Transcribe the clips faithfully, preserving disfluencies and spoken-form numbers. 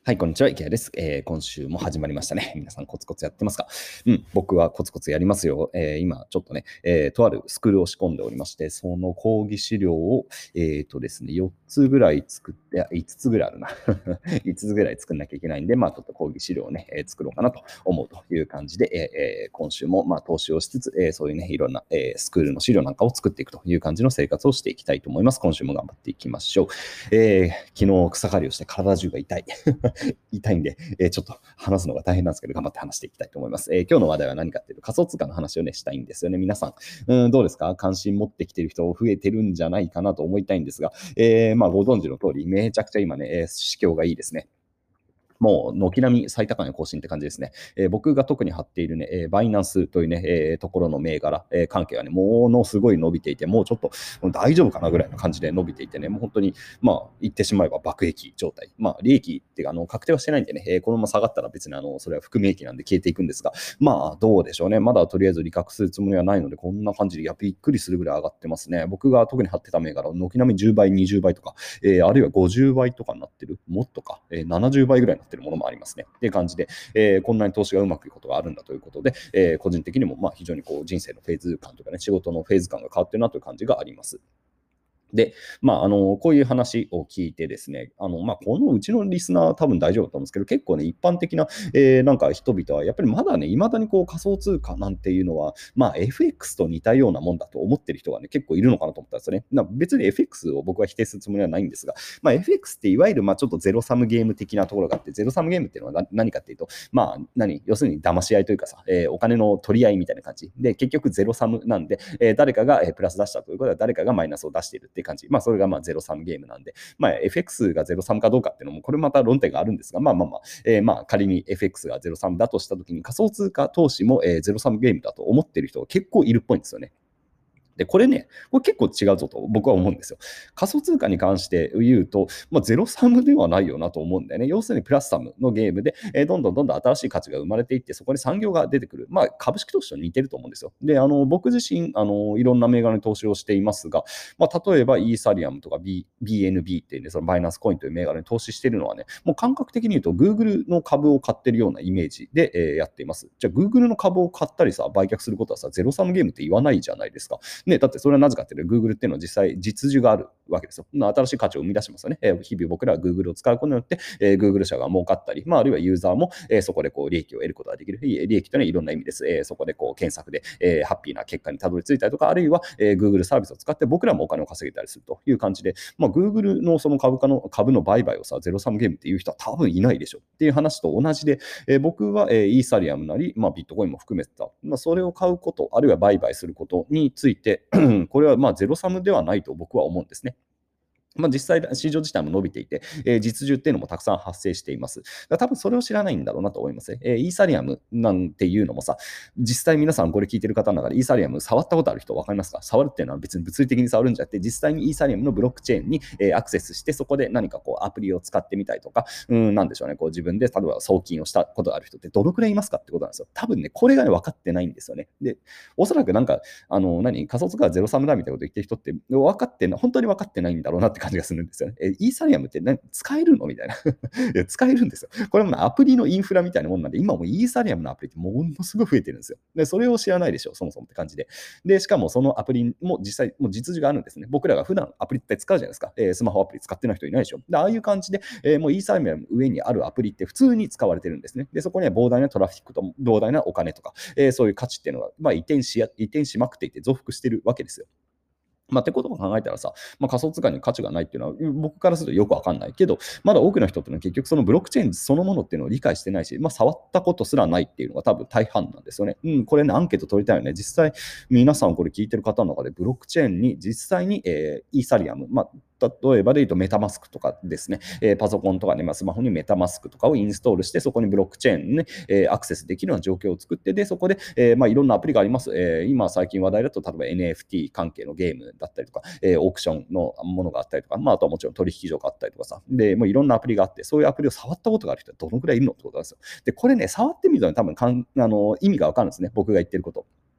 はい、こんにちは、池谷です。えー今週も始まりましたね。皆さんコツコツやってますか？うん、僕はコツコツやりますよ。えー今、ちょっとね、えーとあるスクールを仕込んでおりまして、その講義資料を、えっとですね、よっつぐらい作って、いや、いつつぐらいあるな。いつつぐらい作んなきゃいけないんで、まあ、ちょっと講義資料をね、えー作ろうかなと思うという感じで、えーえー今週も、まあ、投資をしつつ、えーそういうね、いろんな、えースクールの資料なんかを作っていくという感じの生活をしていきたいと思います。今週も頑張っていきましょう。えー昨日草刈りをして体中が痛い。痛いんで、えーちょっと話すのが大変なんですけど、頑張って話していきたいと思います。えー今日の話題は何かっていうと、仮想通貨の話をね、したいんですよね。皆さん、うん、どうですか？関心持ってきてる人増えてるんじゃないかなと思いたいんですが、えーまあ、ご存知の通り、めちゃくちゃ今ね、えー市況がいいですね。もう軒並み最高値更新って感じですね。えー僕が特に貼っているね、えーバイナンスというね、えーところの銘柄、えー関係がね、ものすごい伸びていて、もうちょっともう大丈夫かなぐらいの感じで伸びていてね、もう本当に、まあ、言ってしまえば爆益状態。まあ、利益っていうか、あの、確定はしてないんでね、えーこのまま下がったら別にあの、それは含み益なんで消えていくんですが、まあ、どうでしょうね。まだとりあえず利確するつもりはないので、こんな感じで、いや、びっくりするぐらい上がってますね。僕が特に貼ってた銘柄、軒並みじゅうばい、にじゅうばいとか、えーあるいはごじゅうばいとかになってる、もっとか、えーななじゅうばいぐらいになってるものもありますね。っていう感じで、えーこんなに投資がうまくいくことがあるんだということで、えー個人的にもまあ非常にこう人生のフェーズ感とかね、仕事のフェーズ感が変わってるなという感じがあります。で、まあ、あの、こういう話を聞いてですね、あの、まあ、このうちのリスナーは多分大丈夫だと思うんですけど、結構ね、一般的な、えーなんか人々は、やっぱりまだね、未だにこう仮想通貨なんていうのは、まあ、エフエックス と似たようなもんだと思ってる人がね、結構いるのかなと思ったんですよね。な別に エフエックス を僕は否定するつもりはないんですが、まあ、エフエックス っていわゆる、まあ、ちょっとゼロサムゲーム的なところがあって、ゼロサムゲームっていうのは何何かっていうと、まあ、何、要するに騙し合いというかさ、えーお金の取り合いみたいな感じで、結局ゼロサムなんで、えー誰かがえープラス出したということは誰かがマイナスを出しているっていう感じ。まあ、それがまあゼロサムゲームなんで、まあ、エフエックス がゼロサムかどうかっていうのも、これまた論点があるんですが、まあまあまあ、えーまあ仮に エフエックス がゼロサムだとしたときに、仮想通貨投資も、えーゼロサムゲームだと思っている人が結構いるっぽいんですよね。で、これね、これ結構違うぞと僕は思うんですよ。仮想通貨に関して言うと、まあ、ゼロサムではないよなと思うんだよね。要するにプラスサムのゲームで、えーどんどんどんどん新しい価値が生まれていって、そこに産業が出てくる。まあ、株式投資と似てると思うんですよ。で、あの、僕自身、あの、いろんな銘柄に投資をしていますが、まあ、例えばイーサリアムとか、B、ビーエヌビー っていうね、そのバイナンスコインという銘柄に投資しているのはね、もう感覚的に言うと Google の株を買ってるようなイメージで、えーやっています。じゃあ Google の株を買ったりさ、売却することはさ、ゼロサムゲームって言わないじゃないですか。ね、だってそれはなぜかっていうと、Google っていうのは実際実需があるわけですよ。新しい価値を生み出しますよね。えー日々僕らは Google を使うことによって、えー Google 社が儲かったり、まあ、あるいはユーザーも、えーそこでこう利益を得ることができる。利益というのはいろんな意味です。えーそこでこう検索で、えーハッピーな結果にたどり着いたりとか、あるいは、えー Google サービスを使って僕らもお金を稼げたりするという感じで、まあ、Google のその株価の株の売買をさ、ゼロサムゲームっていう人は多分いないでしょっていう話と同じで、えー僕は、えーイーサリアムなり、まあ、ビットコインも含めてた、まあ、それを買うこと、あるいは売買することについて、これはまあゼロサムではないと僕は思うんですね。まあ、実際、市場自体も伸びていて、えー実需っていうのもたくさん発生しています。だから多分それを知らないんだろうなと思いますね。えーイーサリアムなんていうのもさ、実際皆さんこれ聞いてる方の中でイーサリアム触ったことある人分かりますか？触るっていうのは別に物理的に触るんじゃなくて、実際にイーサリアムのブロックチェーンに、えーアクセスして、そこで何かこうアプリを使ってみたりとか、うん、なんでしょうね、こう自分で例えば送金をしたことがある人ってどのくらいいますかってことなんですよ。多分ね、これがね、分かってないんですよね。で、おそらくなんか、あの、何、仮想通貨はゼロサムだみたいなこと言ってる人って、分かってな、本当に分かってないんだろうなって感じがするんですよね。え、イーサリアムって何使えるのみたいな。いや使えるんですよ。これも、ね、アプリのインフラみたいなもんなんで、今もイーサリアムのアプリってものすごい増えてるんですよ。で、それを知らないでしょ、そもそもって感じで。で、しかもそのアプリも実際、もう実需があるんですね。僕らが普段アプリって使うじゃないですか。えースマホアプリ使ってない人いないでしょ。で、ああいう感じで、えーもうイーサリアムの上にあるアプリって普通に使われてるんですね。で、そこには膨大なトラフィックと膨大なお金とか、えーそういう価値っていうのが、まあ、移転しや移転しまくっていて増幅してるわけですよ。まあ、ってことを考えたらさ、まあ、仮想通貨に価値がないっていうのは、僕からするとよくわかんないけど、まだ多くの人っていうのは結局そのブロックチェーンそのものっていうのを理解してないし、まあ、触ったことすらないっていうのが多分大半なんですよね。うん、これね、アンケート取りたいよね。実際、皆さんこれ聞いてる方の中で、ブロックチェーンに実際に、えーイーサリアム、まあ、例えばで言うとメタマスクとかですね、えーパソコンとかね、まあ、スマホにメタマスクとかをインストールして、そこにブロックチェーンに、ねえーアクセスできるような状況を作って、で、そこで、えーまあ、いろんなアプリがあります。えー今最近話題だと、例えば エヌエフティー 関係のゲームだったりとか、えーオークションのものがあったりとか、まあ、あとはもちろん取引所があったりとかさ、で、もういろんなアプリがあって、そういうアプリを触ったことがある人はどのくらいいるのってことなんですよ。で、これね、触ってみると、ね、多分かんあの意味がわかるんですね、僕が言ってること。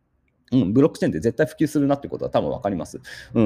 うん、ブロックチェーンって絶対普及するなってことは多分分かります。うん。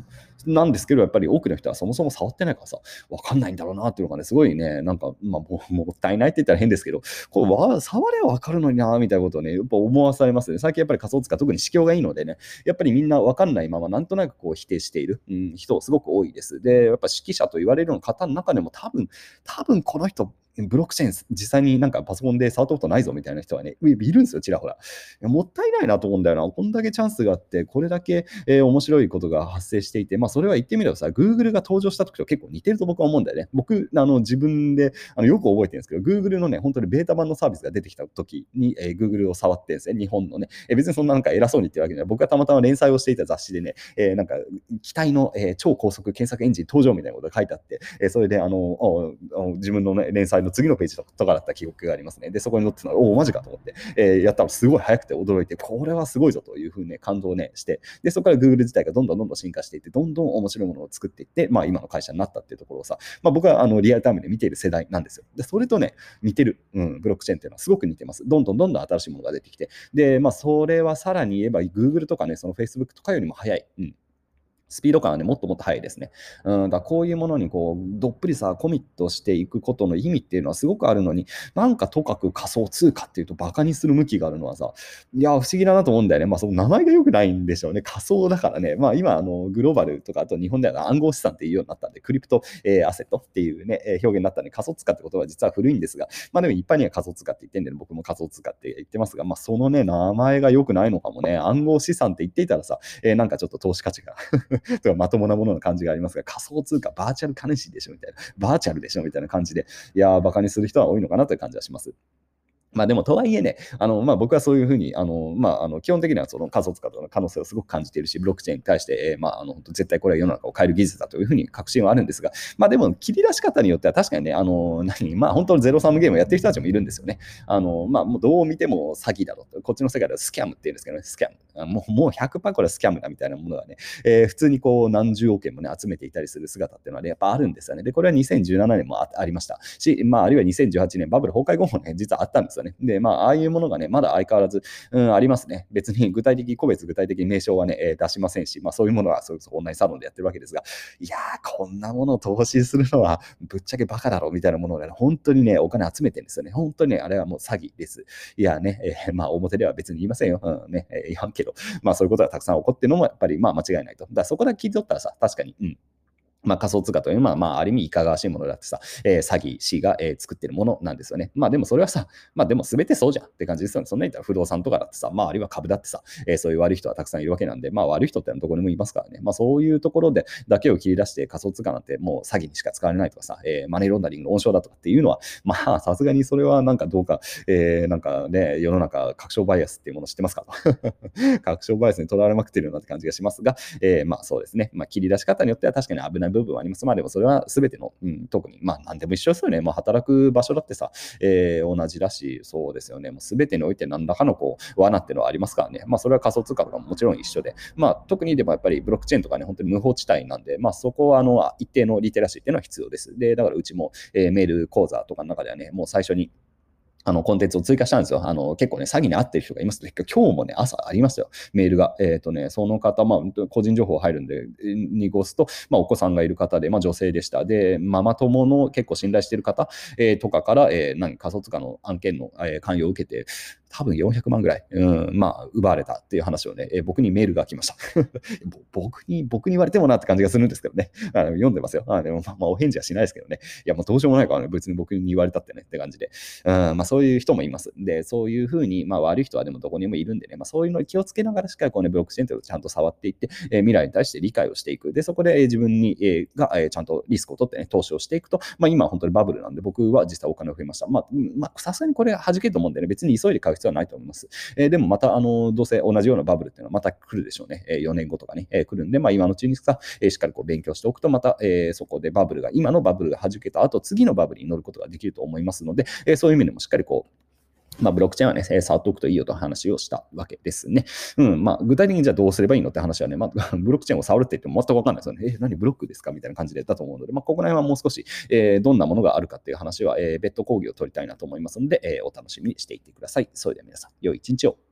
なんですけど、やっぱり多くの人はそもそも触ってないからさ、分かんないんだろうなっていうのがね、すごいね、なんか、まあ、ももったいないって言ったら変ですけど、こうわ触れば分かるのになみたいなことをね、やっぱ思わされますね。最近やっぱり仮想通貨、特に市況がいいのでね、やっぱりみんな分かんないまま、なんとなくこう否定している、うん、人すごく多いです。で、やっぱ指揮者と言われるような方の中でも多分、多分この人、ブロックチェーン実際になんかパソコンで触ったことないぞみたいな人はね、いるんですよ、ちらほら。いやもったいないなと思うんだよな。こんだけチャンスがあって、これだけ、えー面白いことが発生していて、まあ、それは言ってみればさ、Google が登場した時と結構似てると僕は思うんだよね。僕、あの自分であのよく覚えてるんですけど、Google のね、本当にベータ版のサービスが出てきた時に、えー Google を触ってるんですね、日本のね。えー別にそんななんか偉そうに言ってるわけじゃない。僕がたまたま連載をしていた雑誌でね、えーなんか期待の、えー超高速検索エンジン登場みたいなことが書いてあって、えーそれであのおお自分の、ね、連載の次のページとかだった記憶がありますね。で、そこに載ってたの、おお、マジかと思って、えーやったらすごい早くて驚いて、これはすごいぞというふうにね、感動をね、して、で、そこから Google 自体がどんどんどんどん進化していって、どんどん面白いものを作っていって、まあ今の会社になったっていうところをさ、まあ僕はあのリアルタイムで見ている世代なんですよ。で、それとね、似てる、うん、ブロックチェーンっていうのはすごく似てます。どんどんどんどん新しいものが出てきて、で、まあそれはさらに言えば Google とかね、その Facebook とかよりも早い。うんスピード感はね、もっともっと速いですね。うん、だからこういうものにこう、どっぷりさ、コミットしていくことの意味っていうのはすごくあるのに、なんかとかく仮想通貨っていうとバカにする向きがあるのはさ、いや、不思議だなと思うんだよね。まあ、その名前が良くないんでしょうね。仮想だからね。まあ、今、あの、グローバルとか、あと日本では暗号資産っていうようになったんで、クリプト、えーアセットっていうね、えー表現になったんで、仮想通貨ってことは実は古いんですが、まあでも一般には仮想通貨って言ってんで、僕も仮想通貨って言ってますが、まあそのね、名前が良くないのかもね。暗号資産って言っていたらさ、えーなんかちょっと投資価値がとかまともなものの感じがありますが、仮想通貨、バーチャル金シでしょみたいな、バーチャルでしょみたいな感じで、いやー、バカにする人は多いのかなという感じはします。まあでも、とはいえね、あの、まあ僕はそういうふうに、あの、まあ、あの、基本的にはその仮想通貨の可能性をすごく感じているし、ブロックチェーンに対して、えーまあ、あの、本当絶対これは世の中を変える技術だというふうに確信はあるんですが、まあでも、切り出し方によっては確かにね、あの、何、まあ本当のゼロサムゲームをやってる人たちもいるんですよね。あの、まあもうどう見ても詐欺だろうと、こっちの世界ではスキャムって言うんですけどね、スキャム。あもうもうひゃくパーセントこれはスキャムだみたいなものがね、えー普通にこう何十億円もね、集めていたりする姿っていうのはね、やっぱあるんですよね。で、これはにせんじゅうななねんもあありましたし、まああるいはにせんじゅうはちねんバブル崩壊後もね、実はあったんですよね。で、まあああいうものがね、まだ相変わらず、うん、ありますね。別に具体的、個別具体的名称はね、えー出しませんし、まあそういうものはそういうオンラインサロンでやってるわけですが、いやー、こんなものを投資するのはぶっちゃけバカだろみたいなものをね、本当にね、お金集めてるんですよね。本当にね、あれはもう詐欺です。いやね、えーまあ表では別に言いませんよ。うんね、えー言わんけど、まあそういうことがたくさん起こってるのもやっぱりまあ間違いないと。だからそこだけ聞いとったらさ、確かに、うん、まあ、仮想通貨というのは、まあ、ある意味いかがわしいものだってさ、えー詐欺師が、えー作ってるものなんですよね。まあ、でもそれはさ、まあ、でも全てそうじゃんって感じですよね。そんなに言ったら不動産とかだってさ、まあ、あるいは株だってさ、えーそういう悪い人はたくさんいるわけなんで、まあ、悪い人ってのはどこにもいますからね。まあ、そういうところでだけを切り出して仮想通貨なんてもう詐欺にしか使われないとかさ、えーマネーロンダリングの温床だとかっていうのは、まあ、さすがにそれはなんかどうか、えーなんかね、世の中、確証バイアスっていうもの知ってますかと確証バイアスにとらわれまくってるようなって感じがしますが、えーまあそうですね。まあ切り出し方によっては確かに危ない部分はあります。まあでもそれは全ての、うん、特に、まあ何でも一緒ですよね。まあ働く場所だってさ、えー同じだし、そうですよね。もう全てにおいて何らかのこう、罠っていうのはありますからね。まあそれは仮想通貨とかももちろん一緒で、まあ特にでもやっぱりブロックチェーンとかね、本当に無法地帯なんで、まあそこはあの一定のリテラシーっていうのは必要です。で、だからうちも、えーメール講座とかの中ではね、もう最初にあの、コンテンツを追加したんですよ。あの、結構ね、詐欺に遭ってる人がいますと、今日もね、朝ありましたよ。メールが。えっ、とね、その方、まあ、個人情報入るんで、にごすと、まあ、お子さんがいる方で、まあ、女性でした。で、ママ友の結構信頼している方、えーとかから、えー何、仮想通貨の案件の、えー関与を受けて、多分よんひゃくまんぐらい、うん、まあ、奪われたっていう話をね、えー僕にメールが来ました。僕に、僕に言われてもなって感じがするんですけどね。あの読んでますよ。あでも、まあ、まあ、お返事はしないですけどね。いや、もうどうしようもないからね、別に僕に言われたってねって感じで。うんまあ、そういう人もいます。で、そういうふうに、まあ、悪い人はでもどこにもいるんでね、まあ、そういうのに気をつけながらしっかりこう、ね、ブロックチェーンというのをちゃんと触っていって、えー未来に対して理解をしていく。で、そこで、えー自分に、えーが、えーちゃんとリスクを取って、ね、投資をしていくと、まあ、今は本当にバブルなんで、僕は実際お金を増えました。まあ、うんまあ、さすがにこれ弾けると思うんでね、別に急いで買う必要はないと思います。えーでもまた、あの、どうせ同じようなバブルっていうのはまた来るでしょうね。えーよねんごとかね、えー来るんで、まあ、今のうちにさ、えーしっかりこう勉強しておくと、また、えーそこでバブルが、今のバブルが弾けた後、次のバブルに乗ることができると思いますので、えーそういう意味でもしっかりこう、まあ、ブロックチェーンはね、えー触っておくといいよと話をしたわけですね。うん、まあ、具体的にじゃあどうすればいいのって話はね、まあ、ブロックチェーンを触るって言っても全くわかんないですよね。え、何ブロックですかみたいな感じでだと思うので、まあ、ここら辺はもう少し、えーどんなものがあるかっていう話は、えー別途講義を取りたいなと思いますので、えーお楽しみにしていってください。それでは皆さん、良い一日を。